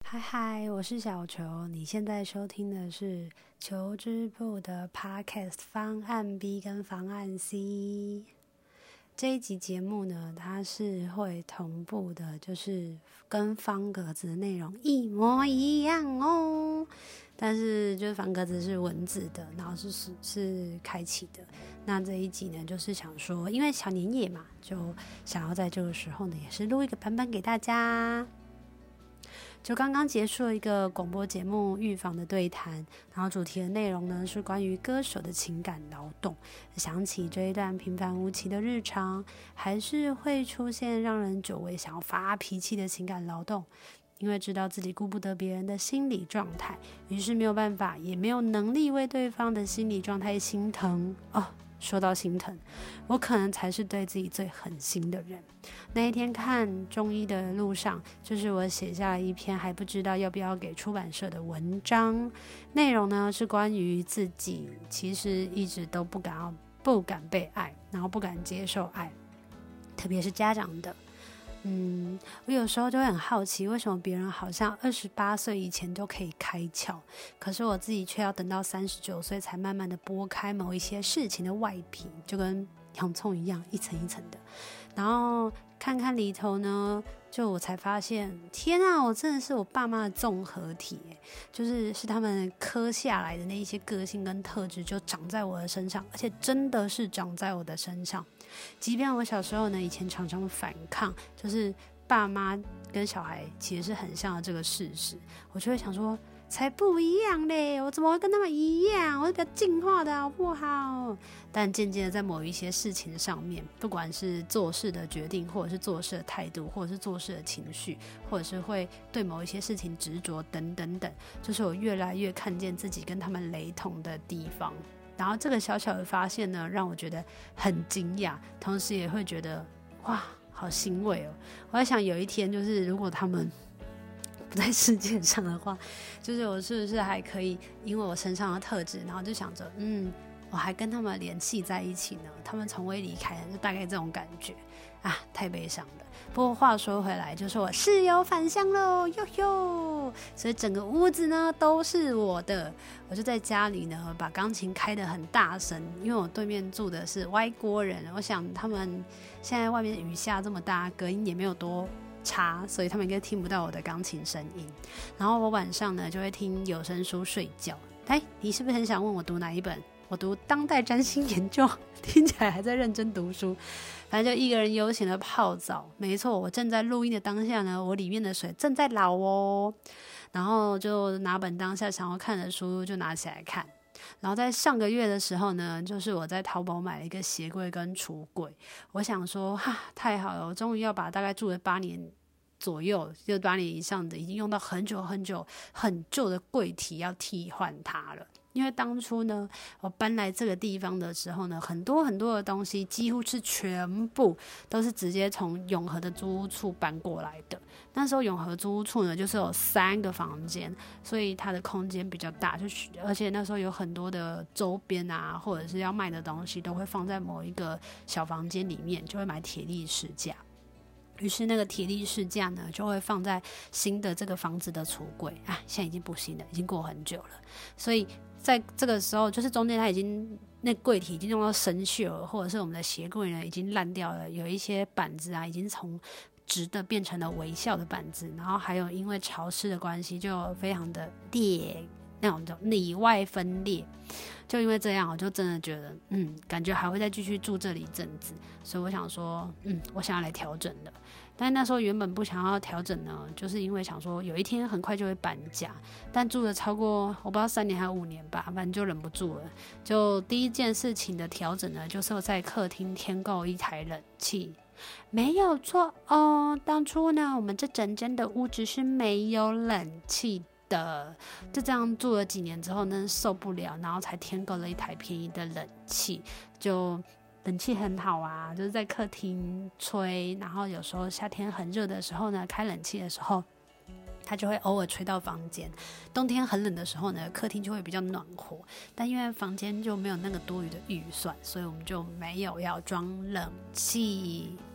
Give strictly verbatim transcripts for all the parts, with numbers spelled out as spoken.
嗨嗨，我是小球，你现在收听的是球之部的 Podcast 方案 B 跟方案 C。这一集节目呢，它是会同步的，就是跟方格子的内容一模一样哦。但是就是方格子是文字的，然后是是是开启的。那这一集呢，就是想说，因为小年夜嘛，就想要在这个时候呢，也是录一个版本给大家。就刚刚结束了一个广播节目预防的对谈，然后主题的内容呢是关于歌手的情感劳动。想起这一段平凡无奇的日常，还是会出现让人久违想要发脾气的情感劳动，因为知道自己顾不得别人的心理状态，于是没有办法也没有能力为对方的心理状态心疼哦。说到心疼，我可能才是对自己最狠心的人。那一天看中医的路上，就是我写下了一篇还不知道要不要给出版社的文章，内容呢是关于自己其实一直都不敢不敢被爱，然后不敢接受爱，特别是家长的。嗯，我有时候就会很好奇，为什么别人好像二十八岁以前就可以开窍，可是我自己却要等到三十九岁才慢慢的剥开某一些事情的外皮，就跟洋葱一样一层一层的，然后看看里头呢，就我才发现，天啊，我真的是我爸妈的综合体耶，就是是他们刻下来的那一些个性跟特质就长在我的身上，而且真的是长在我的身上。即便我小时候呢，以前常常反抗，就是爸妈跟小孩其实是很像的这个事实，我就会想说，才不一样嘞，我怎么会跟他们一样？我是比较进化的好不好？但渐渐的在某一些事情上面，不管是做事的决定，或者是做事的态度，或者是做事的情绪，或者是会对某一些事情执着等等等，就是我越来越看见自己跟他们雷同的地方。然后这个小小的发现呢，让我觉得很惊讶，同时也会觉得哇，好欣慰哦。我在想有一天，就是如果他们不在世界上的话，就是我是不是还可以因为我身上的特质，然后就想着嗯，我还跟他们联系在一起呢，他们从未离开，就大概这种感觉啊，太悲伤了。不过话说回来，就是我室友返乡喽，哟哟，所以整个屋子呢都是我的。我就在家里呢，把钢琴开得很大声，因为我对面住的是外国人，我想他们现在外面雨下这么大，隔音也没有多差，所以他们应该听不到我的钢琴声音。然后我晚上呢就会听有声书睡觉。哎，你是不是很想问我读哪一本？我读当代占星研究，听起来还在认真读书。反正就一个人悠闲的泡澡，没错，我正在录音的当下呢，我里面的水正在老哦。然后就拿本当下想要看的书就拿起来看。然后在上个月的时候呢，就是我在淘宝买了一个鞋柜跟橱柜，我想说哈，太好了，我终于要把大概住了八年左右，就八年以上的已经用到很久很久很旧的柜体要替换它了。因为当初呢，我搬来这个地方的时候呢，很多很多的东西几乎是全部都是直接从永和的租屋处搬过来的。那时候永和租屋处呢，就是有三个房间，所以它的空间比较大，就而且那时候有很多的周边啊，或者是要卖的东西都会放在某一个小房间里面，就会买铁力士架。于是那个铁力士架呢，就会放在新的这个房子的橱柜啊，现在已经不新了，已经过很久了。所以在这个时候，就是中间它已经那柜体已经用到生锈了，或者是我们的鞋柜呢已经烂掉了，有一些板子啊已经从直的变成了微笑的板子，然后还有因为潮湿的关系，就非常的裂，那种里外分裂。就因为这样，我就真的觉得，嗯，感觉还会再继续住这里一阵子，所以我想说，嗯，我想要来调整的。但是那时候原本不想要调整呢，就是因为想说有一天很快就会搬家，但住了超过我不知道三年还是五年吧，反正就忍不住了。就第一件事情的调整呢，就是我在客厅添购一台冷气。没有错哦，当初呢，我们这整间的屋子是没有冷气的，就这样住了几年之后呢，受不了，然后才添购了一台便宜的冷气。就冷气很好啊，就是在客厅吹，然后有时候夏天很热的时候呢，开冷气的时候它就会偶尔吹到房间。冬天很冷的时候呢，客厅就会比较暖和，但因为房间就没有那个多余的预算，所以我们就没有要装冷气。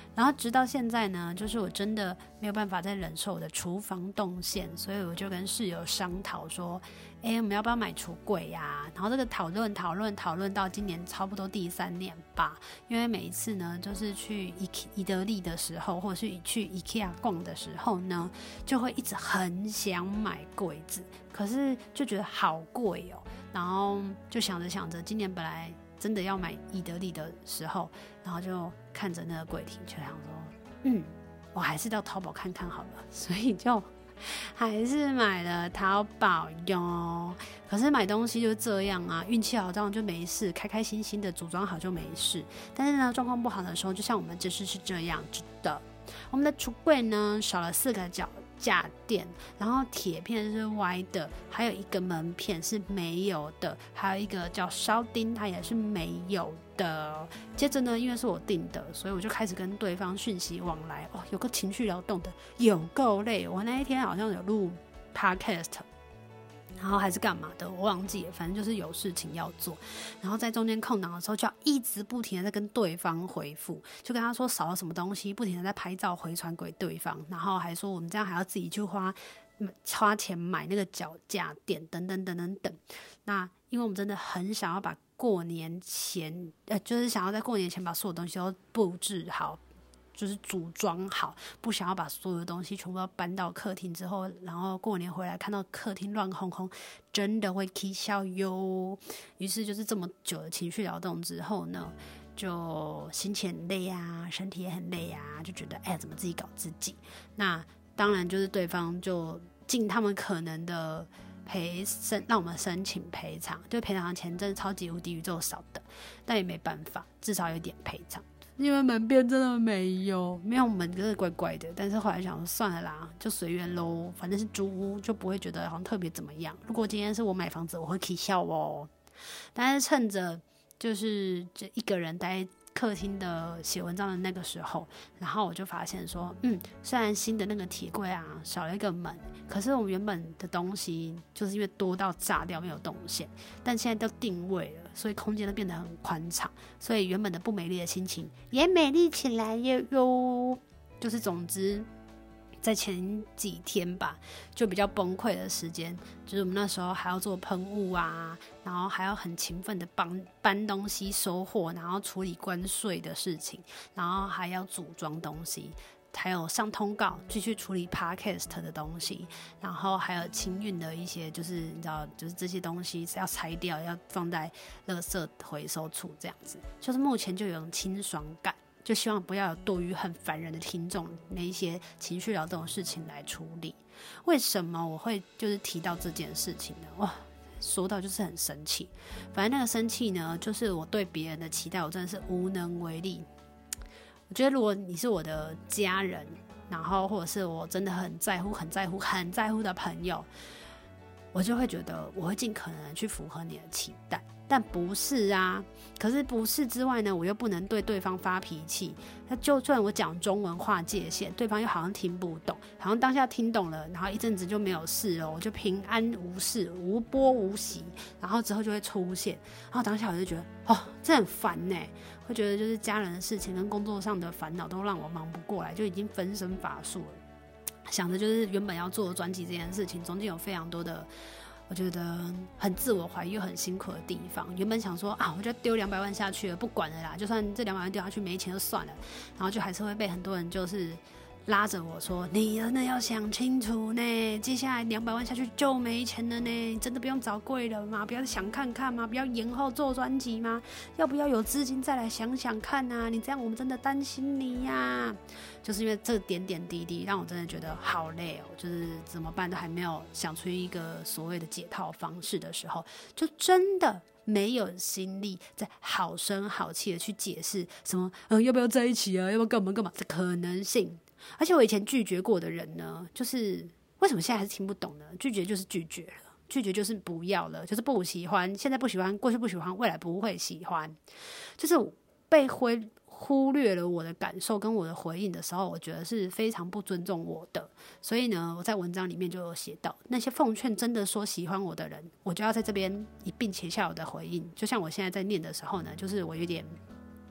然后直到现在呢，就是我真的没有办法再忍受我的厨房动线，所以我就跟室友商讨说，哎，我们要不要买橱柜呀？然后这个讨论讨论讨论到今年差不多第三年吧，因为每一次呢，就是去宜得利的时候，或者是去 IKEA 逛的时候呢，就会一直很想买柜子，可是就觉得好贵哦，然后就想着想着，今年本来真的要买宜得利的时候，然后就看着那个柜体，就想说，嗯，我还是到淘宝看看好了，所以就还是买了淘宝哟。可是买东西就这样啊，运气好这样就没事，开开心心的组装好就没事。但是呢，状况不好的时候，就像我们这次是这样子的，我们的橱柜呢少了四个角架垫，然后铁片是歪的，还有一个门片是没有的，还有一个叫烧钉，它也是没有的。接着呢，因为是我订的，所以我就开始跟对方讯息往来。哦，有个情绪劳动的，有够累。我那一天好像有录 podcast。然后还是干嘛的我忘记了，反正就是有事情要做，然后在中间空档的时候就要一直不停的在跟对方回复，就跟他说少了什么东西，不停的在拍照回传给对方，然后还说我们这样还要自己去花花钱买那个脚架垫等等等等等。那因为我们真的很想要把过年前呃，就是想要在过年前把所有东西都布置好，就是组装好，不想要把所有的东西全部都搬到客厅之后，然后过年回来看到客厅乱哄哄，真的会起笑哟。于是就是这么久的情绪劳动之后呢，就心情很累啊，身体也很累啊，就觉得哎，怎么自己搞自己？那当然就是对方就尽他们可能的赔申让我们申请赔偿，就赔偿的钱真的超级无敌宇宙少的，但也没办法，至少有点赔偿。因为门边真的没有，没有门真的怪怪的。但是后来想说算了啦，就随缘咯，反正是租屋，就不会觉得好像特别怎么样。如果今天是我买房子，我会起笑哦。但是趁着就是就一个人待客厅的写文章的那个时候，然后我就发现说，嗯，虽然新的那个铁柜啊少了一个门，可是我们原本的东西就是因为多到炸掉没有动线，但现在都定位了，所以空间都变得很宽敞，所以原本的不美丽的心情也美丽起来哟。就是总之在前几天吧，就比较崩溃的时间，就是我们那时候还要做喷雾啊，然后还要很勤奋的搬搬东西、收货，然后处理关税的事情，然后还要组装东西，还有上通告继续处理 podcast 的东西，然后还有清运的一些，就是你知道，就是这些东西是要拆掉，要放在垃圾回收处，这样子，就是目前就有种清爽感。就希望不要有多余很烦人的听众那一些情绪劳动的事情来处理。为什么我会就是提到这件事情呢？哇，说到就是很生气。反正那个生气呢，就是我对别人的期待，我真的是无能为力。我觉得如果你是我的家人，然后或者是我真的很在乎、很在乎、很在乎的朋友，我就会觉得我会尽可能去符合你的期待。但不是啊，可是不是之外呢，我又不能对对方发脾气。那就算我讲中文划界限，对方又好像听不懂，好像当下听懂了，然后一阵子就没有事了，我就平安无事，无波无喜，然后之后就会出现，然后当下我就觉得，哦，这很烦呢，会觉得就是家人的事情跟工作上的烦恼都让我忙不过来，就已经分身乏术了。想着就是原本要做专辑这件事情，中间有非常多的。我觉得很自我怀疑又很辛苦的地方，原本想说啊，我就丢两百万下去了，不管了啦，就算这两百万丢下去没钱就算了，然后就还是会被很多人就是拉着我说，你真的要想清楚呢，接下来两百万下去就没钱了呢，你真的不用找贵了吗？不要想看看吗？不要延后做专辑吗？要不要有资金再来想想看啊？你这样我们真的担心你呀、啊。就是因为这点点滴滴让我真的觉得好累哦，就是怎么办都还没有想出一个所谓的解套方式的时候，就真的没有心力在好声好气的去解释什么嗯要不要在一起啊，要不要干嘛干嘛的可能性。而且我以前拒绝过的人呢，就是为什么现在还是听不懂呢？拒绝就是拒绝了，拒绝就是不要了，就是不喜欢，现在不喜欢，过去不喜欢，未来不会喜欢，就是被挥忽略了我的感受跟我的回应的时候，我觉得是非常不尊重我的。所以呢，我在文章里面就有写到，那些奉劝真的说喜欢我的人，我就要在这边一并写下我的回应。就像我现在在念的时候呢，就是我有点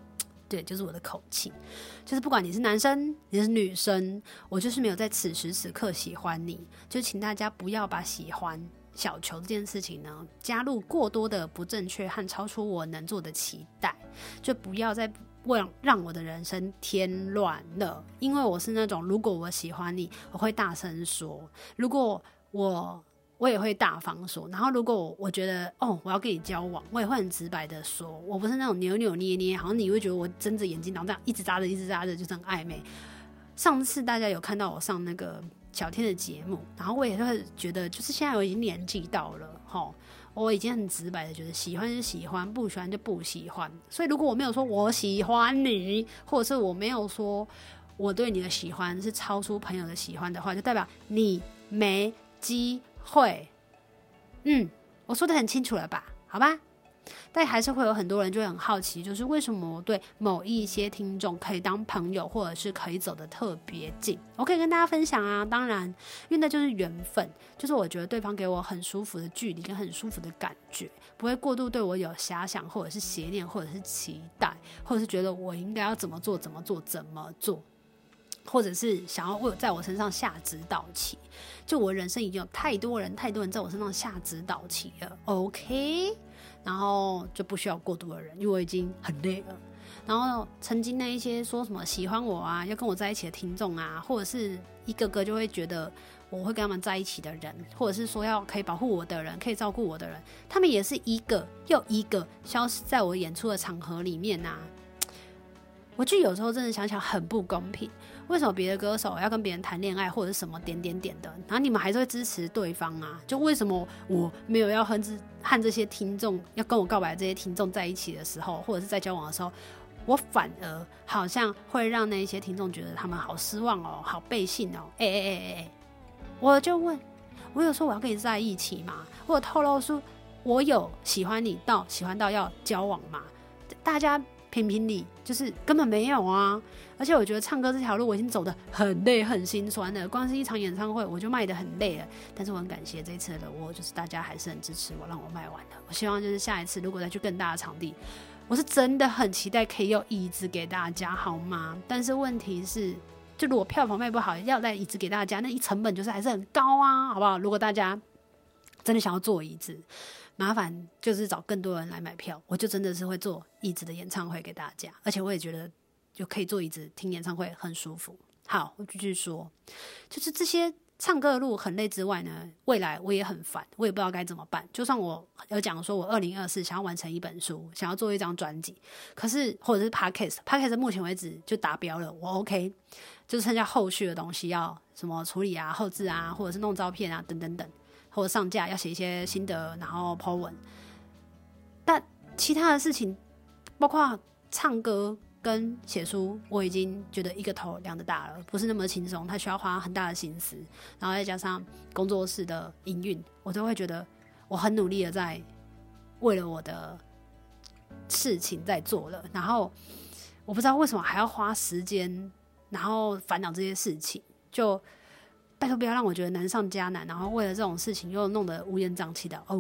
对，就是我的口气，就是不管你是男生你是女生，我就是没有在此时此刻喜欢你，就请大家不要把喜欢小球这件事情呢加入过多的不正确和超出我能做的期待，就不要再为让我的人生添乱了。因为我是那种如果我喜欢你我会大声说，如果我我也会大方说，然后如果我觉得哦我要跟你交往，我也会很直白的说，我不是那种扭扭捏捏，好像你会觉得我睁着眼睛然后这样一直眨着一直眨着就是很暧昧。上次大家有看到我上那个小天的节目，然后我也会觉得就是现在我已经年纪到了齁，我已经很直白的觉得喜欢就喜欢，不喜欢就不喜欢。所以如果我没有说我喜欢你，或者是我没有说我对你的喜欢是超出朋友的喜欢的话，就代表你没机会。嗯，我说的很清楚了吧？好吧。但还是会有很多人就会很好奇，就是为什么我对某一些听众可以当朋友，或者是可以走得特别近。我可以跟大家分享啊，当然因为那就是缘分，就是我觉得对方给我很舒服的距离跟很舒服的感觉，不会过度对我有遐想或者是邪念或者是期待，或者是觉得我应该要怎么做怎么做怎么做，或者是想要在我身上下指导棋。就我人生已经有太多人太多人在我身上下指导棋了 OK， 然后就不需要过多的人，因为我已经很累了。然后曾经那一些说什么喜欢我啊要跟我在一起的听众啊，或者是一个个就会觉得我会跟他们在一起的人，或者是说要可以保护我的人可以照顾我的人，他们也是一个又一个消失在我演出的场合里面啊。我就有时候真的想想很不公平，为什么别的歌手要跟别人谈恋爱或者是什么点点点的，然后你们还是会支持对方啊？就为什么我没有要和和这些听众要跟我告白的这些听众在一起的时候，或者是在交往的时候，我反而好像会让那些听众觉得他们好失望哦，好背信哦。哎哎哎哎，我就问，我有说我要跟你在一起吗？我有透露出我有喜欢你到喜欢到要交往吗？大家评评理，就是根本没有啊！而且我觉得唱歌这条路我已经走得很累很心酸了，光是一场演唱会我就卖得很累了。但是我很感谢这一次的我，就是大家还是很支持我，让我卖完了。我希望就是下一次如果再去更大的场地，我是真的很期待可以有椅子给大家，好吗？但是问题是，就如果票房卖不好，要带椅子给大家，那一成本就是还是很高啊，好不好？如果大家真的想要坐椅子，麻烦就是找更多人来买票，我就真的是会做椅子的演唱会给大家，而且我也觉得就可以坐椅子听演唱会很舒服。好，我继续说，就是这些唱歌的路很累之外呢，未来我也很烦，我也不知道该怎么办。就算我有讲说我二零二四想要完成一本书，想要做一张专辑，可是或者是 Podcast Podcast 目前为止就达标了，我 OK， 就是剩下后续的东西要什么处理啊、后製啊，或者是弄照片啊等等等，或者上架要写一些心得，然后 po 文。但其他的事情，包括唱歌跟写书，我已经觉得一个头两个大了，不是那么轻松，它需要花很大的心思，然后再加上工作室的营运，我都会觉得我很努力的在为了我的事情在做了，然后我不知道为什么还要花时间，然后烦恼这些事情，就拜托不要让我觉得难上加难，然后为了这种事情又弄得乌烟瘴气的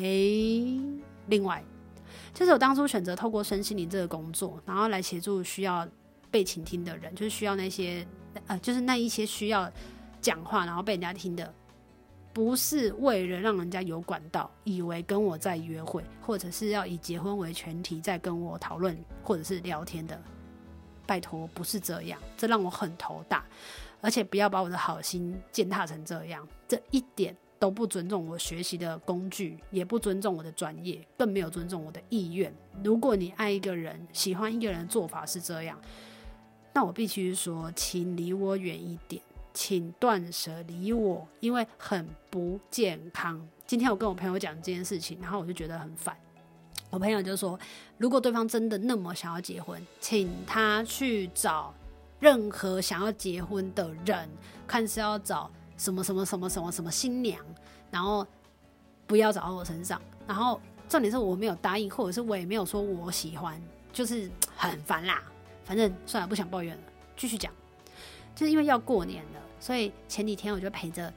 OK。 另外就是我当初选择透过身心灵这个工作，然后来协助需要被倾听的人，就是需要那些呃，就是那一些需要讲话然后被人家听的，不是为了让人家有管道以为跟我在约会，或者是要以结婚为前提在跟我讨论或者是聊天的，拜托不是这样，这让我很头大。而且不要把我的好心践踏成这样，这一点都不尊重我学习的工具，也不尊重我的专业，更没有尊重我的意愿。如果你爱一个人，喜欢一个人的做法是这样，那我必须说请离我远一点，请断舍离我，因为很不健康。今天我跟我朋友讲这件事情，然后我就觉得很烦。我朋友就说，如果对方真的那么想要结婚，请他去找任何想要结婚的人，看是要找什么什么什么什么什么新娘，然后不要找到我身上。然后重点是我没有答应，或者是我也没有说我喜欢，就是很烦啦。反正算了，不想抱怨了，继续讲。就是因为要过年了，所以前几天我就陪着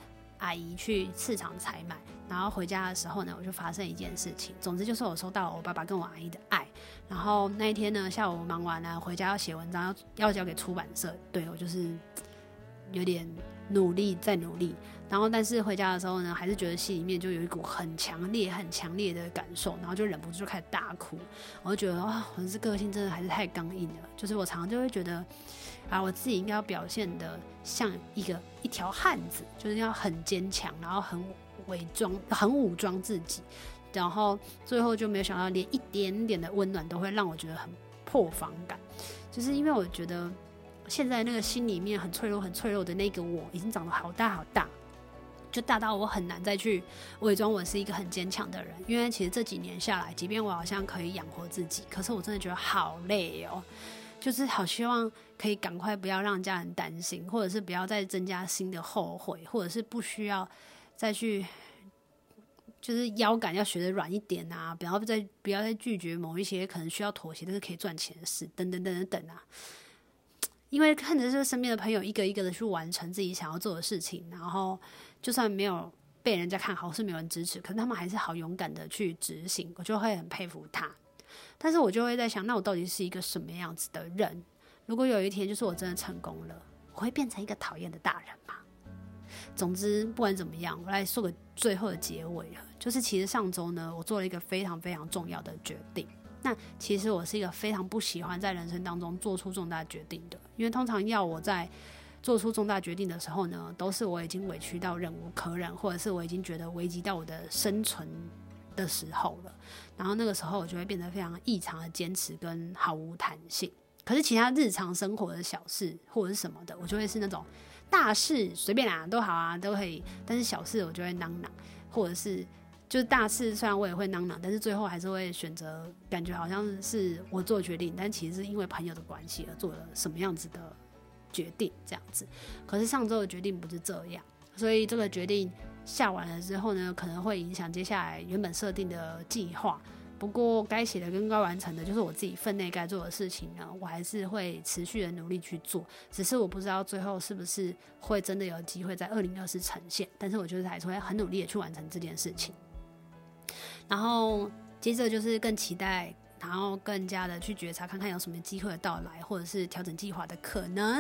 阿姨去市场采买，然后回家的时候呢，我就发生一件事情。总之就是我收到了我爸爸跟我阿姨的爱。然后那一天呢，下午忙完了，回家要写文章，要要交给出版社。对，我就是有点努力再努力。然后但是回家的时候呢，还是觉得心里面就有一股很强烈很强烈的感受，然后就忍不住就开始大哭。我就觉得哇，我这个性真的还是太刚硬了。就是我常常就会觉得啊，我自己应该要表现的像一个一条汉子，就是要很坚强，然后很伪装很武装自己，然后最后就没有想到连一点点的温暖都会让我觉得很破防感。就是因为我觉得现在那个心里面很脆弱很脆弱的那个我已经长得好大好大，就大到我很难再去伪装我是一个很坚强的人。因为其实这几年下来，即便我好像可以养活自己，可是我真的觉得好累哦，就是好希望可以赶快不要让家人担心，或者是不要再增加新的后悔，或者是不需要再去就是腰杆要学得软一点啊，不要再不要再拒绝某一些可能需要妥协但是可以赚钱的事，等等等等等啊。因为看着这身边的朋友一个一个的去完成自己想要做的事情，然后就算没有被人家看好，是没有人支持，可是他们还是好勇敢的去执行，我就会很佩服他。但是我就会在想，那我到底是一个什么样子的人？如果有一天就是我真的成功了，我会变成一个讨厌的大人吗？总之不管怎么样，我来说个最后的结尾了。就是其实上周呢，我做了一个非常非常重要的决定。那其实我是一个非常不喜欢在人生当中做出重大决定的，因为通常要我在做出重大决定的时候呢，都是我已经委屈到忍无可忍，或者是我已经觉得危及到我的生存的时候了。然后那个时候我就会变得非常异常的坚持跟毫无弹性。可是其他日常生活的小事或者是什么的，我就会是那种大事随便啦都好啊都可以，但是小事我就会囔囔，或者是就是大事虽然我也会囔囔，但是最后还是会选择感觉好像是我做决定，但其实是因为朋友的关系而做了什么样子的决定这样子。可是上周的决定不是这样，所以这个决定下完了之后呢，可能会影响接下来原本设定的计划。不过该写的跟该完成的，就是我自己分内该做的事情呢，我还是会持续的努力去做。只是我不知道最后是不是会真的有机会在二零二四呈现，但是我就是还是会很努力的去完成这件事情。然后接着就是更期待，然后更加的去觉察，看看有什么机会的到来，或者是调整计划的可能。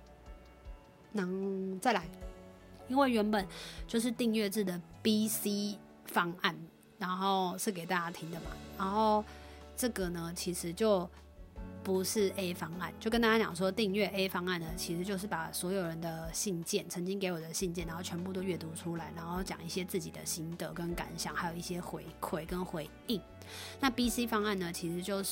能再来，因为原本就是订阅制的 B C 方案，然后是给大家听的嘛，然后这个呢其实就不是 A 方案，就跟大家讲说订阅 A 方案呢，其实就是把所有人的信件，曾经给我的信件，然后全部都阅读出来，然后讲一些自己的心得跟感想，还有一些回馈跟回应。那 B C 方案呢，其实就是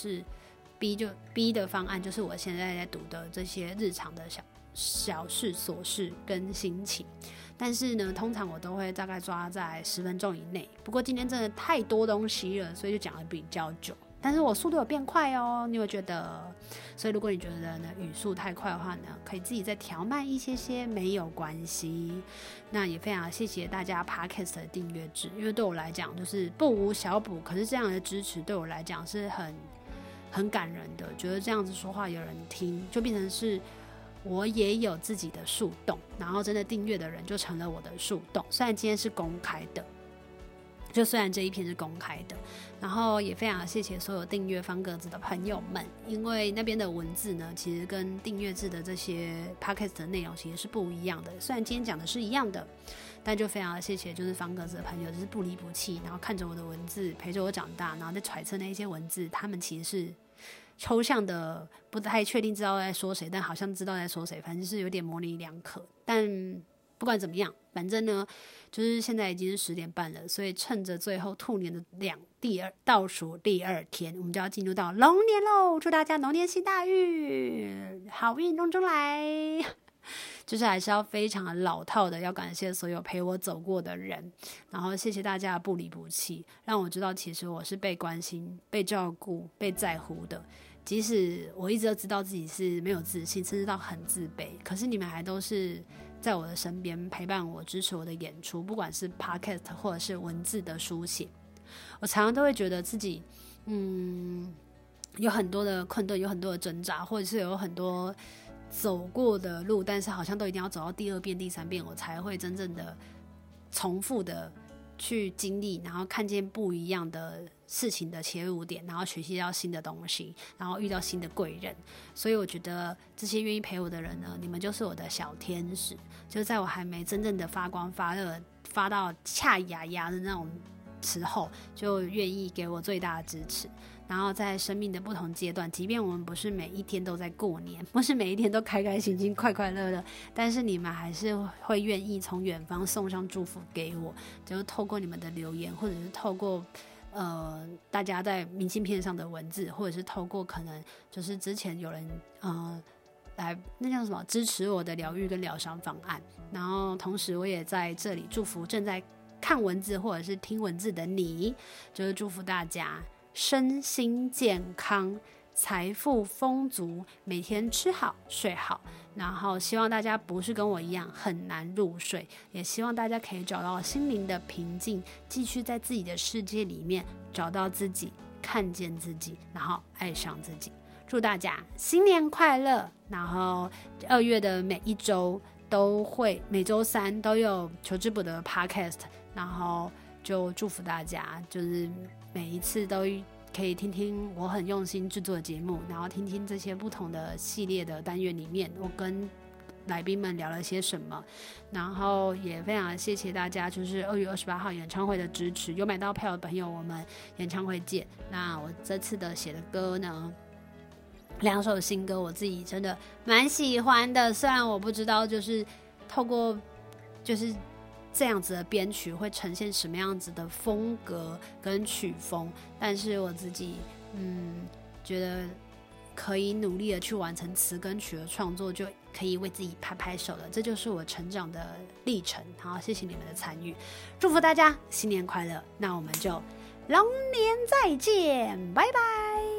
B 就 B 的方案，就是我现在在读的这些日常的小小事琐事跟心情。但是呢，通常我都会大概抓在十分钟以内。不过今天真的太多东西了，所以就讲得比较久。但是我速度有变快哦，你有觉得？所以如果你觉得呢语速太快的话呢，可以自己再调慢一些些，没有关系。那也非常谢谢大家 Podcast 的订阅制，因为对我来讲就是不无小补，可是这样的支持对我来讲是很很感人的。觉得这样子说话有人听，就变成是我也有自己的树洞，然后真的订阅的人就成了我的树洞。虽然今天是公开的，就虽然这一篇是公开的，然后也非常谢谢所有订阅方格子的朋友们，因为那边的文字呢，其实跟订阅制的这些 podcast 的内容其实是不一样的。虽然今天讲的是一样的，但就非常谢谢就是方格子的朋友，就是不离不弃，然后看着我的文字，陪着我长大，然后在揣测那些文字，他们其实是抽象的，不太确定知道在说谁，但好像知道在说谁，反正是有点模棱两可。但不管怎么样，反正呢，就是现在已经是十点半了，所以趁着最后兔年的两第二倒数第二天，我们就要进入到龙年喽！祝大家龙年行大运，好运隆中来。就是还是要非常的老套的，要感谢所有陪我走过的人，然后谢谢大家的不离不弃，让我知道其实我是被关心、被照顾、被在乎的。即使我一直都知道自己是没有自信，甚至到很自卑，可是你们还都是在我的身边陪伴我，支持我的演出，不管是 podcast 或者是文字的书写。我常常都会觉得自己嗯有很多的困顿，有很多的挣扎，或者是有很多走过的路，但是好像都一定要走到第二遍第三遍我才会真正的重复的去经历，然后看见不一样的事情的切入点，然后学习到新的东西，然后遇到新的贵人。所以我觉得这些愿意陪我的人呢，你们就是我的小天使，就在我还没真正的发光发热发到恰牙牙的那种时候，就愿意给我最大的支持。然后在生命的不同阶段，即便我们不是每一天都在过年，不是每一天都开开心心快快乐乐，但是你们还是会愿意从远方送上祝福给我，就是透过你们的留言，或者是透过呃大家在明信片上的文字，或者是透过可能就是之前有人呃来那叫什么支持我的疗愈跟疗伤方案。然后同时我也在这里祝福正在看文字或者是听文字的你，就是祝福大家身心健康，财富丰足，每天吃好睡好。然后希望大家不是跟我一样很难入睡，也希望大家可以找到心灵的平静，继续在自己的世界里面找到自己，看见自己，然后爱上自己。祝大家新年快乐！然后二月的每一周都会，每周三都有求之不得的 podcast， 然后就祝福大家，就是每一次都可以听听我很用心制作的节目，然后听听这些不同的系列的单元里面我跟来宾们聊了些什么。然后也非常谢谢大家就是二月二十八号演唱会的支持，有买到票的朋友我们演唱会见。那我这次的写的歌呢，两首新歌我自己真的蛮喜欢的，虽然我不知道就是透过就是这样子的编曲会呈现什么样子的风格跟曲风，但是我自己嗯觉得可以努力的去完成词跟曲的创作，就可以为自己拍拍手了，这就是我成长的历程。好，谢谢你们的参与，祝福大家新年快乐，那我们就龙年再见，拜拜。